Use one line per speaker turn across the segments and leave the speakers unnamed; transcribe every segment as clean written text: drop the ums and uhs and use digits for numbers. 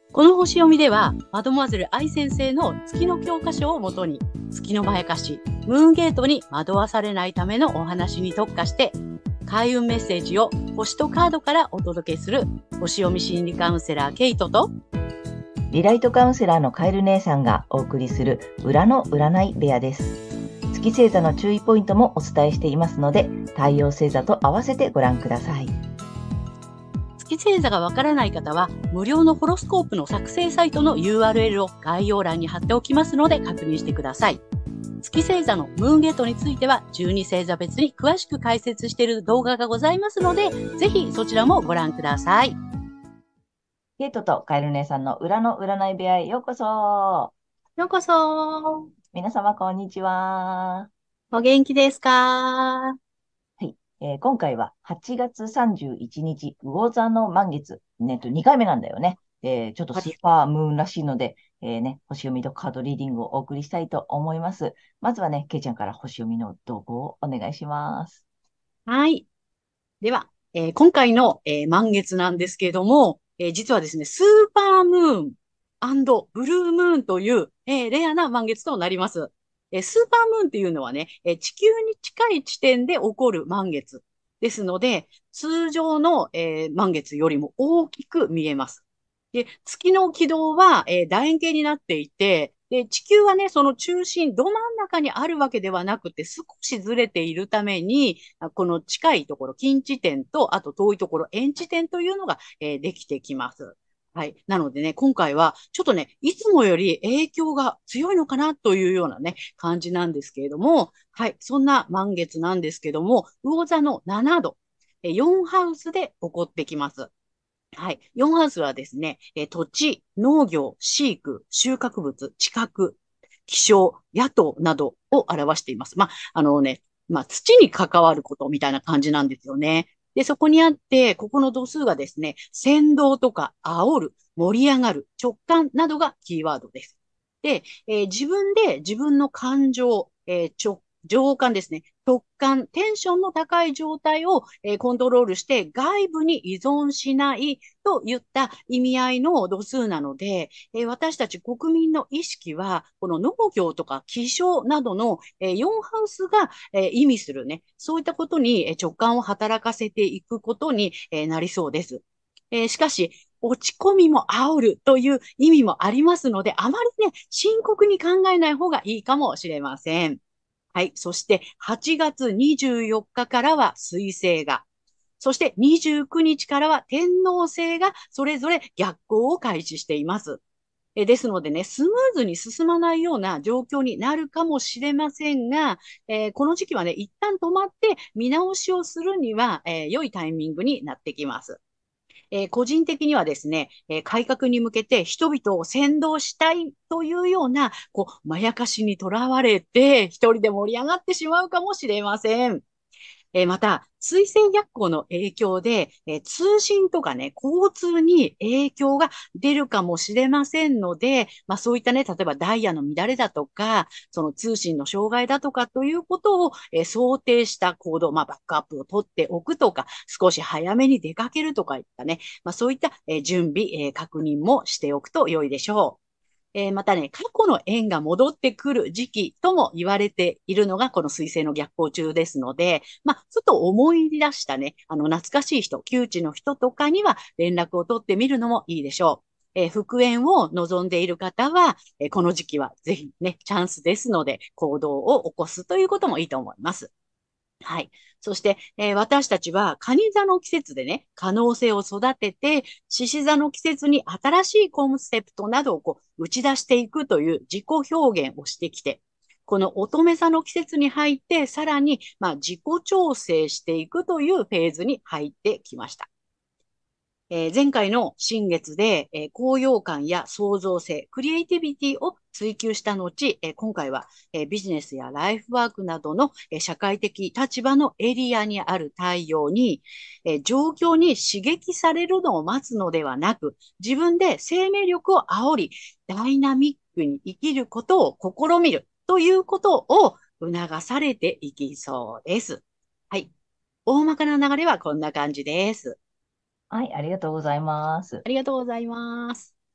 この星読みでは、マドモアゼル愛先生の月の教科書をもとに、月のまやかし、ムーンゲートに惑わされないためのお話に特化して、開運メッセージを星とカードからお届けする星読み心理カウンセラーケイトと、
リライトカウンセラーのカエル姉さんがお送りする裏の占い部屋です。月星座の注意ポイントもお伝えしていますので、太陽星座と合わせてご覧ください。
月星座がわからない方は、無料のホロスコープの作成サイトの URL を概要欄に貼っておきますので確認してください。月星座のムーンゲートについては、12星座別に詳しく解説している動画がございますので、ぜひそちらもご覧ください。
ケイトとカエル姉さんの裏の占い部屋へようこそ。
ようこそ。
皆様こんにちは。
お元気ですか？
今回は8月31日、魚座の満月、2回目なんだよね。ちょっとスーパームーンらしいので、星読みとカードリーディングをお送りしたいと思います。まずはね、ケイちゃんから星読みの動向をお願いします。
はい。では、今回の、満月なんですけれども、実はですね、スーパームーンブルームーンという、レアな満月となります。スーパームーンっていうのはね、地球に近い地点で起こる満月ですので、通常の、満月よりも大きく見えます。で、月の軌道は、楕円形になっていて、で、地球はね、その中心、ど真ん中にあるわけではなくて、少しずれているために、この近いところ、近地点と、あと遠いところ、遠地点というのが、できてきます。はい。なのでね、今回は、ちょっとね、いつもより影響が強いのかなというようなね、感じなんですけれども、はい。そんな満月なんですけども、魚座の7度、4ハウスで起こってきます。はい。4ハウスはですね、土地、農業、飼育、収穫物、地殻、気象、野党などを表しています。土に関わることみたいな感じなんですよね。で、そこにあって、ここの度数がですね、先導とか煽る、盛り上がる、直感などがキーワードです。で、自分で自分の感情、情感ですね。直感、テンションの高い状態を、コントロールして外部に依存しないといった意味合いの度数なので、私たち国民の意識は、この農業とか気象などの、4ハウスが、意味するね、そういったことに直感を働かせていくことに、なりそうです。しかし、落ち込みも煽るという意味もありますので、あまりね、深刻に考えない方がいいかもしれません。はい。そして8月24日からは水星が、そして29日からは天王星がそれぞれ逆行を開始しています。ですのでね、スムーズに進まないような状況になるかもしれませんが、この時期はね、一旦止まって見直しをするには、良いタイミングになってきます。個人的にはですね、改革に向けて人々を先導したいというような、まやかしにとらわれて、一人で盛り上がってしまうかもしれません。また、水星逆行の影響で、通信とかね、交通に影響が出るかもしれませんので、そういったね、例えばダイヤの乱れだとか、その通信の障害だとかということを、想定した行動、バックアップを取っておくとか、少し早めに出かけるとかいったね、そういった、準備、確認もしておくと良いでしょう。またね、過去の縁が戻ってくる時期とも言われているのがこの水星の逆行中ですので、ふと思い出したね、懐かしい人、旧知の人とかには連絡を取ってみるのもいいでしょう。復縁を望んでいる方は、この時期はぜひね、チャンスですので行動を起こすということもいいと思います。はい。そして、私たちは、蟹座の季節でね、可能性を育てて、獅子座の季節に新しいコンセプトなどを打ち出していくという自己表現をしてきて、この乙女座の季節に入って、さらに、自己調整していくというフェーズに入ってきました。前回の新月で、高揚感や創造性、クリエイティビティを追求した後、今回は、ビジネスやライフワークなどの、社会的立場のエリアにある太陽に、状況に刺激されるのを待つのではなく、自分で生命力を煽り、ダイナミックに生きることを試みるということを促されていきそうです。はい。大まかな流れはこんな感じです。
はい、ありがとうございます。
ありがとうございます。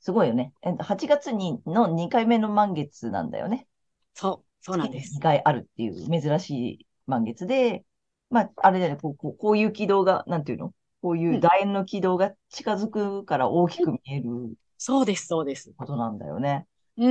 すごいよね。8月にの2回目の満月なんだよね。
そうな
月に
んです。
2回あるっていう珍しい満月で、まあ、あれだよね、こういう軌道が、なんていうの、こうい
うん。
う楕円の軌道が近づくから大き
うん、
く見える
そうです、そうです。
ことなんだよね。
うん。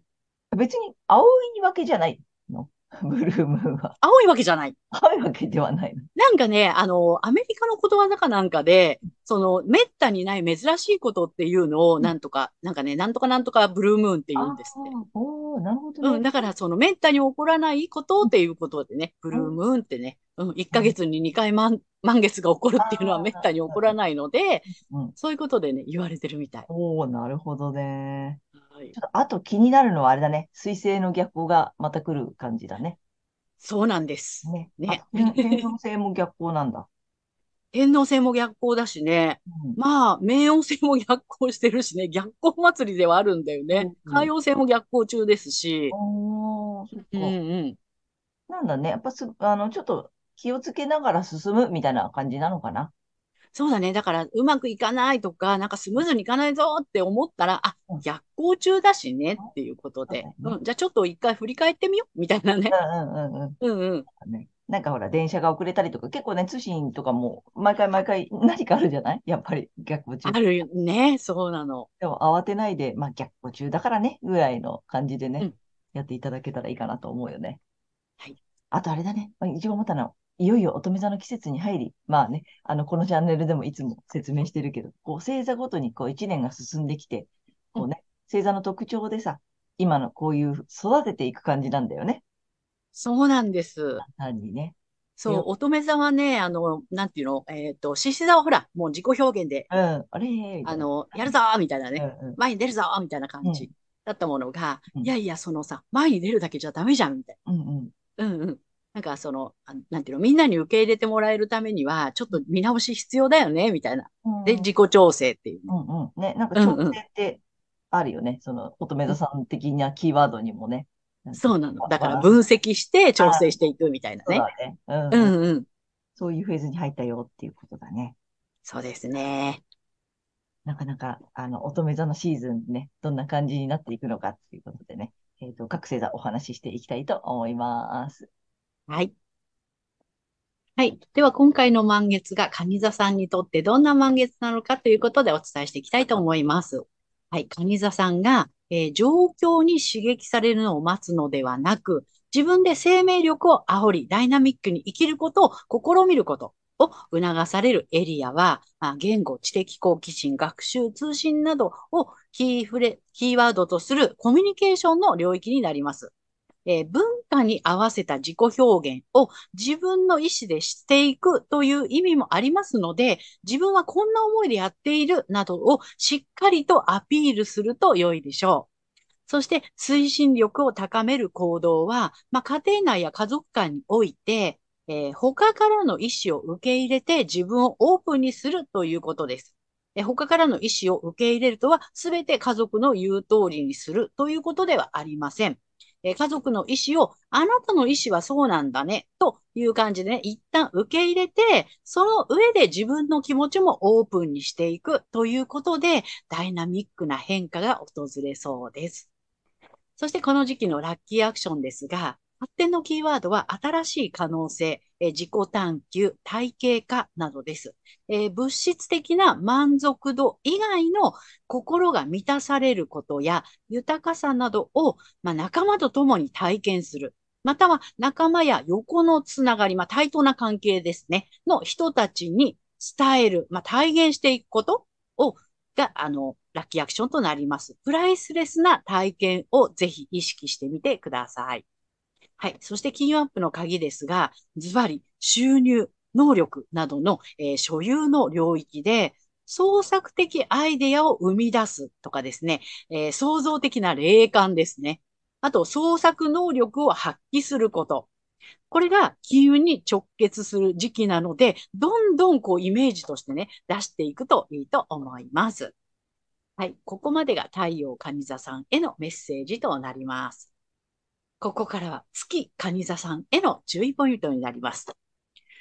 別に青いわけじゃないの。ブルームーンは。
青いわけじゃない。
青いわけではないの。
なんかね、アメリカのことわざかなんかで、めったにない珍しいことっていうのを、
うん。
なんとか、なんかね、なんとかなんとかブルームーンって
あ
言うんですって。
あ、おー、なるほど
うん、
ね。
だからめったに起こらないことっていうことでね、ブ
うん。
ルームーンってね、1
うん。
ヶ月に2回満月が起こる
あ
っていうのはめったに起こら
あ、
ないので、
うん。
そういうことでね、言われてるみたい。
おー、なるほどね。
はい。
ちょっと、あと気になるのはあれだね。水星の逆行がまた来る感じだね。
そうなんです。
ね。あ、
ね。
天王星も逆行なんだ。
天王星も逆行だしね。
うん。
まあ、冥王星も逆行してるしね。逆行祭りではあるんだよね。
うん。うん。
海王星も逆行中ですし。
おー、そっ
うん
か。
うん。
なんだね。やっぱちょっと気をつけながら進むみたいな感じなのかな。
そうだね。だから、うまくいかないとか、なんかスムーズにいかないぞって思ったら、あ、
うん。
逆行中だしねっ
そ
ていうことで。
うだよね。
うん。じゃあちょっと一回振り返ってみようみたいなね。
うんうんうんうん。
うんうん。
ね。なんかほら、電車が遅れたりとか、結構ね、通信とかも、毎回毎回何かあるじゃないやっぱり逆行中。
あるよね。そうなの。
でも慌てないで、まあ逆行中だからね、ぐらいの感じでね、
うん。
やっていただけたらいいかなと思うよね。
はい。
あとあれだね、まあ一応思ったのは、いよいよ乙女座の季節に入り、まあね、このチャンネルでもいつも説明してるけど、こう、星座ごとにこう、一年が進んできて、
うん。
こうね、星座の特徴でさ、今のこういう育てていく感じなんだよね。
そうなんです。
単にね。で、
そう、乙女座はね、なんていうの、獅子座はほら、もう自己表現で、
うん、あれーみたいな。
やるぞーみたいな
う
ね、
ん、
前に出るぞーみたいな
うん、うん、
感じだったものが、
うん、
いやいや、そのさ、前に出るだけじゃダメじゃん、みたい
うん、うん、
な。うんうん。なんかなんていうの、みんなに受け入れてもらえるためには、ちょっと見直し必要だよね、みたいな。で、
うん、
自己調整っていうね。
うん、うん。ね、なんか調
うんうん。
整ってあるよね。その、乙女
うん、
座さん的なキーワードにもね。なんていう
そうなの。だ
か、バランス。
から分析して調
あ、
整していくみたいなね。
そうだね。うんうん。
うんうん。
そういうフェーズに入ったよっていうことだね。
そうですね。
なかなか、乙女座のシーズンね、どんな感じになっていくのかっていうことでね、各星座お話ししていきたいと思います。
はい。はい。では、今回の満月が蟹座さんにとってどんな満月なのかということでお伝えしていきたいと思います。はい。蟹座さんが、状況に刺激されるのを待つのではなく、自分で生命力を煽り、ダイナミックに生きることを試みることを促されるエリアは、言語、知的好奇心、学習、通信などをキーワードとするコミュニケーションの領域になります。文化に合わせた自己表現を自分の意思でしていくという意味もありますので、自分はこんな思いでやっているなどをしっかりとアピールすると良いでしょう。そして推進力を高める行動は、家庭内や家族間において、他からの意思を受け入れて自分をオープンにするということです。他からの意思を受け入れるとは、すべて家族の言う通りにするということではありません。家族の意思を、あなたの意思はそうなんだね、という感じでね、一旦受け入れて、その上で自分の気持ちもオープンにしていくということで、ダイナミックな変化が訪れそうです。そしてこの時期のラッキーアクションですが、発展のキーワードは新しい可能性、自己探求、体系化などです。物質的な満足度以外の心が満たされることや豊かさなどを、仲間と共に体験する。または仲間や横のつながり、対等な関係ですね、の人たちに伝える、体現していくことをが、ラッキーアクションとなります。プライスレスな体験をぜひ意識してみてください。はい。そして金運アップの鍵ですが、ズバリ収入、能力などの、所有の領域で、創作的アイデアを生み出すとかですね、創造的な霊感ですね。あと、創作能力を発揮すること。これが金運に直結する時期なので、どんどんこうイメージとしてね、出していくといいと思います。はい。ここまでが太陽蟹座さんへのメッセージとなります。ここからは月蟹座さんへの注意ポイントになります。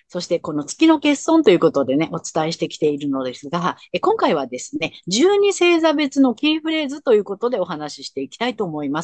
そしてこの月の欠損ということでね、お伝えしてきているのですが、今回はですね、12星座別のキーフレーズということでお話ししていきたいと思います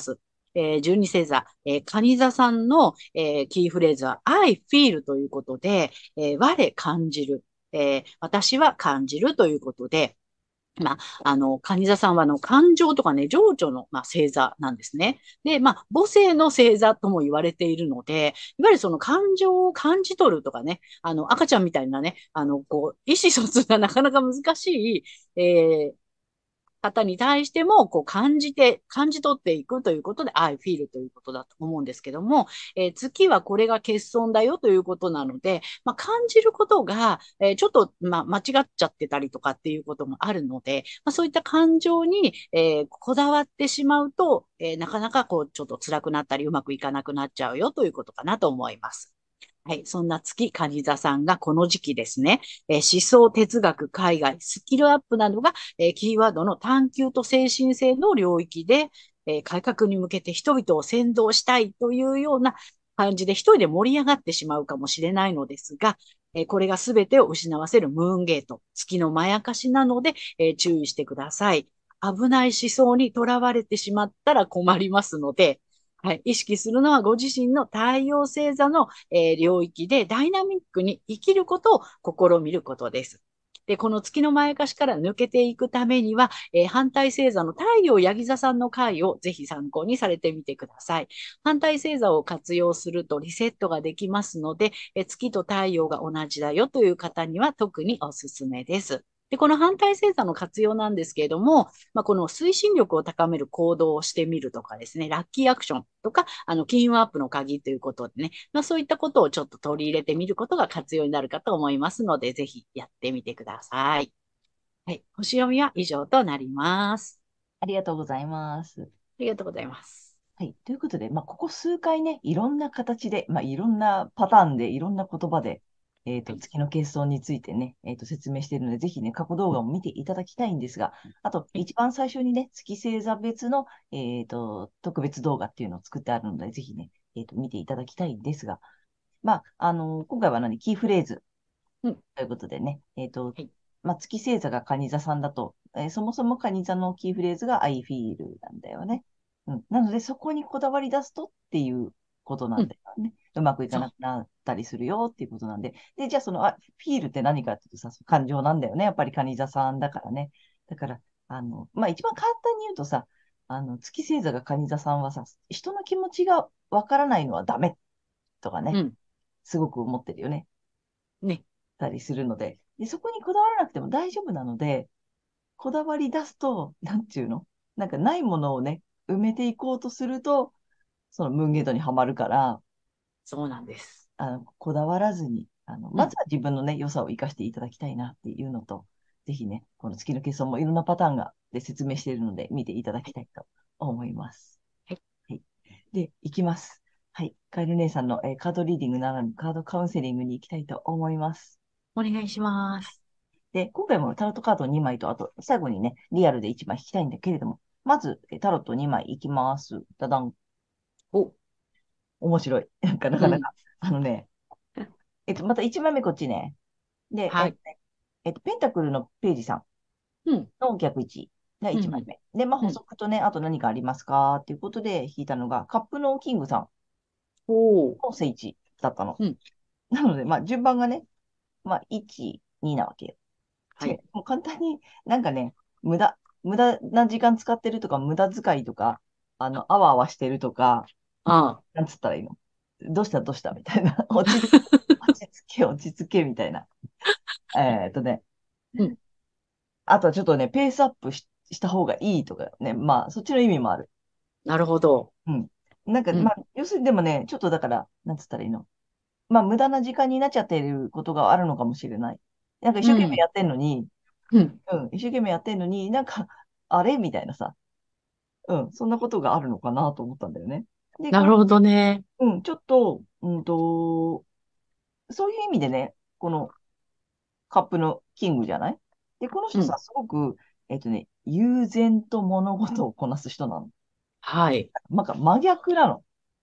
。12星座、蟹座さんの、キーフレーズは I feel ということで、我感じる、私は感じるということで、蟹座さんは、感情とかね、情緒の、星座なんですね。で、母性の星座とも言われているので、いわゆるその感情を感じ取るとかね、赤ちゃんみたいなね、意思疎通がなかなか難しい、方に対しても、こう感じ取っていくということで、I feel ということだと思うんですけども、月はこれが欠損だよということなので、感じることが、ちょっと、間違っちゃってたりとかっていうこともあるので、そういった感情に、こだわってしまうと、なかなかこう、ちょっと辛くなったり、うまくいかなくなっちゃうよということかなと思います。はい。そんな月蟹座さんがこの時期ですね、思想、哲学、海外、スキルアップなどが、キーワードの探求と精神性の領域で、改革に向けて人々を先導したいというような感じで一人で盛り上がってしまうかもしれないのですが、これが全てを失わせるムーンゲート、月のまやかしなので、注意してください。危ない思想にとらわれてしまったら困りますので、はい、意識するのはご自身の太陽星座の、領域でダイナミックに生きることを試みることです。で、この月のまやかしから抜けていくためには、反対星座の太陽ヤギ座さんの回をぜひ参考にされてみてください。反対星座を活用するとリセットができますので、月と太陽が同じだよという方には特におすすめです。で、この反対星座の活用なんですけれども、この推進力を高める行動をしてみるとかですね、ラッキーアクションとか、金運アップの鍵ということでね、そういったことをちょっと取り入れてみることが活用になるかと思いますので、ぜひやってみてください。はい。星読みは以上となります。
ありがとうございます。
ありがとうございます。
はい。ということで、ここ数回ね、いろんな形で、いろんなパターンで、いろんな言葉で、
はい。
月の欠損についてね、説明しているので、ぜひね、過去動画も見ていただきたいんですが、あと、
はい。
一番最初にね、月星座別の、特別動画っていうのを作ってあるので、ぜひね、見ていただきたいんですが、今回はキーフレーズ
うん。
ということでね、
はい。
月星座が蟹座さんだと、そもそも蟹座のキーフレーズが I feel なんだよね。うん。なので、そこにこだわり出すとっていうことな
うん。
んだよね。うまくいか
そう。
なくなったりするよっていうことなんで。で、じゃあフィールって何かっていうとさ、感情なんだよね。やっぱり蟹座さんだからね。だから、一番簡単に言うとさ、月星座が蟹座さんはさ、人の気持ちがわからないのはダメとかね、
うん。
すごく思ってるよね。
ね。
たりするので、そこにこだわらなくても大丈夫なので、こだわり出すと、なんていうのなんかないものをね、埋めていこうとすると、そのムーンゲートにはまるから、
そうなんです。
こだわらずに、
うん。
まずは自分のね、良さを生かしていただきたいなっていうのと、ぜひね、この月の欠損もいろんなパターンで説明しているので、見ていただ
はい。
きたいと思います。
はい。
はい。で、いきます。はい。カエル姉さんの、カードリーディングならぬカードカウンセリングに行きたいと思います。
お願いします。
で、今回もタロットカード2枚と、あと、最後にね、リアルで1枚引きたいんだけれども、まず、タロット2枚いきます。ダダン。
お。
面白い。なか
うん。
なか。また1枚目こっちね。で、
はい。
ペンタクルのページさん
うん。
の逆位置が1
うん。うん。
枚目。で、補
うん。
足とね、あと何かありますかっていうことで引いたのが、カップのキングさん
おー。
の聖地だったの。
うん。
なので、順番がね、1、2なわけよ。で、
はい。
もう簡単に無駄な時間使ってるとか、無駄遣いとか、あわあわしてるとか、
ああ。
なんつったらいいのどうしたみたいな。落ち着け、落ち着け、みたいな。ね。
うん。
あとはちょっとね、ペースアップした方がいいとかね。そっちの意味もある。
なるほど。
うん。
うん。
要するにでもね、ちょっとだから、なんつったらいいの無駄な時間になっちゃっていることがあるのかもしれない。なんか一生
うん。
懸命やってんのに、
うん。
一生懸命やってんのに、あれみたいなさ。そんなことがあるのかなと思ったんだよね。で、
なるほどね。
ちょっと、そういう意味でね、このカップのキングじゃない。で、この人さ、
うん。
すごく、悠然と物事をこなす人なの。
はい。
真逆なの。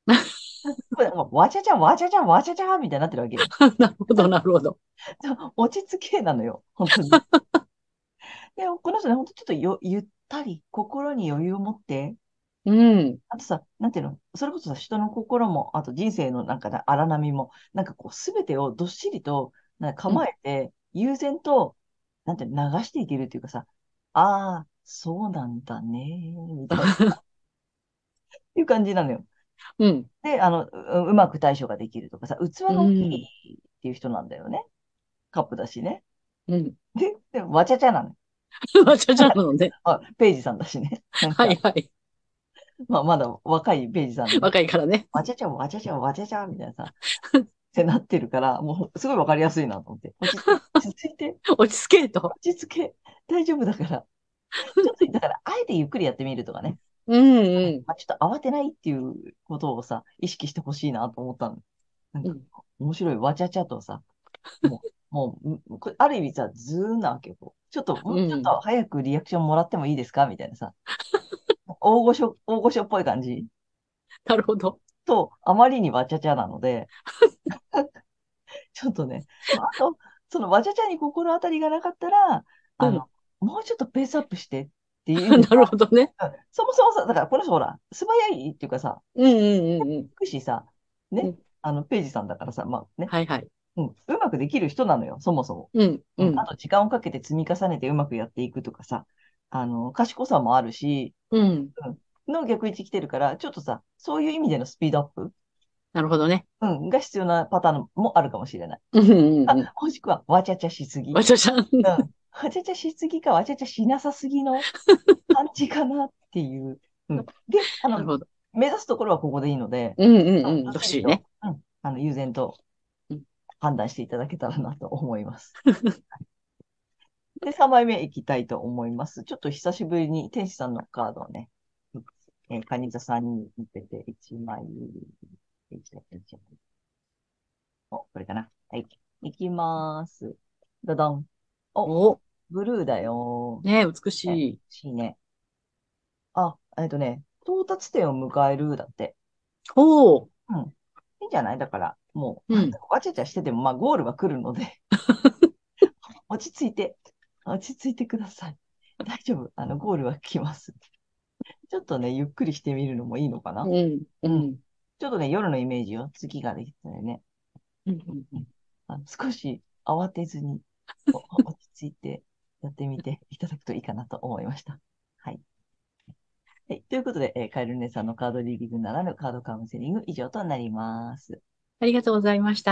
これもうわちゃちゃ、わちゃちゃ、わちゃちゃ、みたいになってるわけよ。
なるほど、なるほど。
落ち着けなのよ、本当に。で、この人ね、本当ちょっとゆったり、心に余裕を持って、
うん。
あとさ、なんていうの、それこそさ、人の心も、あと人生のなんかね荒波も、なんかこう、すべてをどっしりとなんか
うん。
構えて、悠然と、なんていうの、流していけるっていうかさ、ああ、そうなんだね、みたいな、いう感じなのよ。
うん。
で、うまく対処ができるとかさ、器
う
が大き
ん。
いっていう人なんだよね。カップだしね。
うん。
で、わちゃちゃなのよ。
わちゃちゃなのね。
あ、ペイジさんだしね。なんか、
はいはい。
まあ、まだ若いペイジさんでね。
若いからね。
わちゃちゃ、わちゃちゃ、わちゃちゃ、みたいなさ、ってなってるから、もうすごいわかりやすいなと思って。落ち着いて、
落ち着けと。
落ち着け、大丈夫だから。ちょっと、だから、あえてゆっくりやってみるとかね。
うんうん。
まあ、ちょっと慌てないっていうことをさ、意識してほしいなと思ったの。なんか、
うん。
面白いわちゃちゃとさ、これある意味さ、ズーンなわけよ。もうちょっ
うん。
と早くリアクションもらってもいいですかみたいなさ、大御所っぽい感じ
なるほど。
と、あまりにわちゃちゃなので、ちょっとね、まあ、あと、そのわちゃちゃに心当たりがなかったら、あの、
うん。
もうちょっとペースアップしてっていう意味で
なるほどね。
は、そもそもさ、だからこの人ほら、素早いっていうかさ、
うんうんうん
行くしさ、ね、
うん。
ページさんだからさ、まあね、
はいはい。
うまくできる人なのよ、そもそも。
うんうん。
あと時間をかけて積み重ねてうまくやっていくとかさ、賢さもあるし、
うん。
の逆位置来てるから、ちょっとさ、そういう意味でのスピードアップ、
なるほどね。
が必要なパターンもあるかもしれない。
うんうんうん。
もしくは、わちゃちゃしすぎ。
わちゃちゃ。
わちゃちゃしすぎか、わちゃちゃしなさすぎの感じかなっていう。で、
なるほど。
目指すところはここでいいので、
うんうんうん。
どっ
どっしりね。
しりと、悠然と
うん。
判断していただけたらなと思います。で、3枚目いきたいと思います。ちょっと久しぶりに天使さんのカードをね、カニ座さんに向けて1枚、1枚、1枚。お、これかな。はい。いきます。どどん。お、
お、
ブルーだよ。
ね、美し
ね、
い。
しいね。あ、到達点を迎えるだって。
ほ
うん。いいんじゃないだから、もう、
う。うん。
わちゃわちゃしてても、まあ、ゴールは来るので、落ち着いて、落ち着いてください。大丈夫。ゴールは来ます。ちょっとね、ゆっくりしてみるのもいいのかな。
うん、う
うん。
ん、
ちょっとね、夜のイメージよ。月ができたよね。
うん、うん。
うん。少し慌てずに、落ち着いてやってみていただくといいかなと思いました。はい。はい。ということで、カエル姉さんのカードリーディングならぬカードカウンセリング以上となります。
ありがとうございました。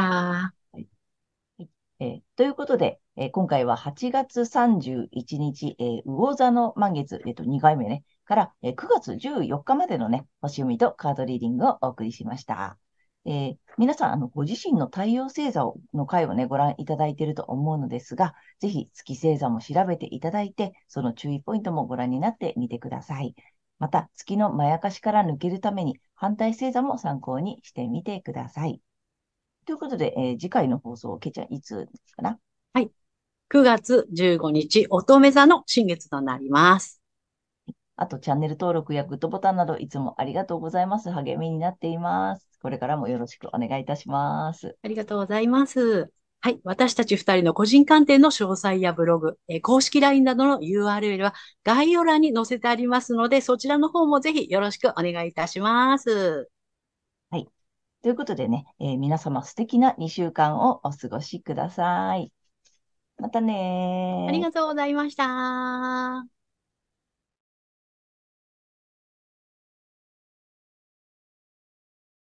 はい。ということで、今回は8月31日、魚座の満月、2回目ね、から、9月14日までのね、星読みとカードリーディングをお送りしました。皆さん、ご自身の太陽星座の回をね、ご覧いただいていると思うのですが、ぜひ月星座も調べていただいて、その注意ポイントもご覧になってみてください。また、月のまやかしから抜けるために、反対星座も参考にしてみてください。ということで、次回の放送、けいちゃん、いつかな？
はい。9月15日、乙女座の新月となります。
あと、チャンネル登録やグッドボタンなど、いつもありがとうございます。励みになっています。これからもよろしくお願いいたします。
ありがとうございます。はい。私たち二人の個人鑑定の詳細やブログ、公式 LINE などの URL は概要欄に載せてありますので、そちらの方もぜひよろしくお願いいたします。
はい。ということでね、皆様素敵な2週間をお過ごしください。またねー。
ありがとうございました。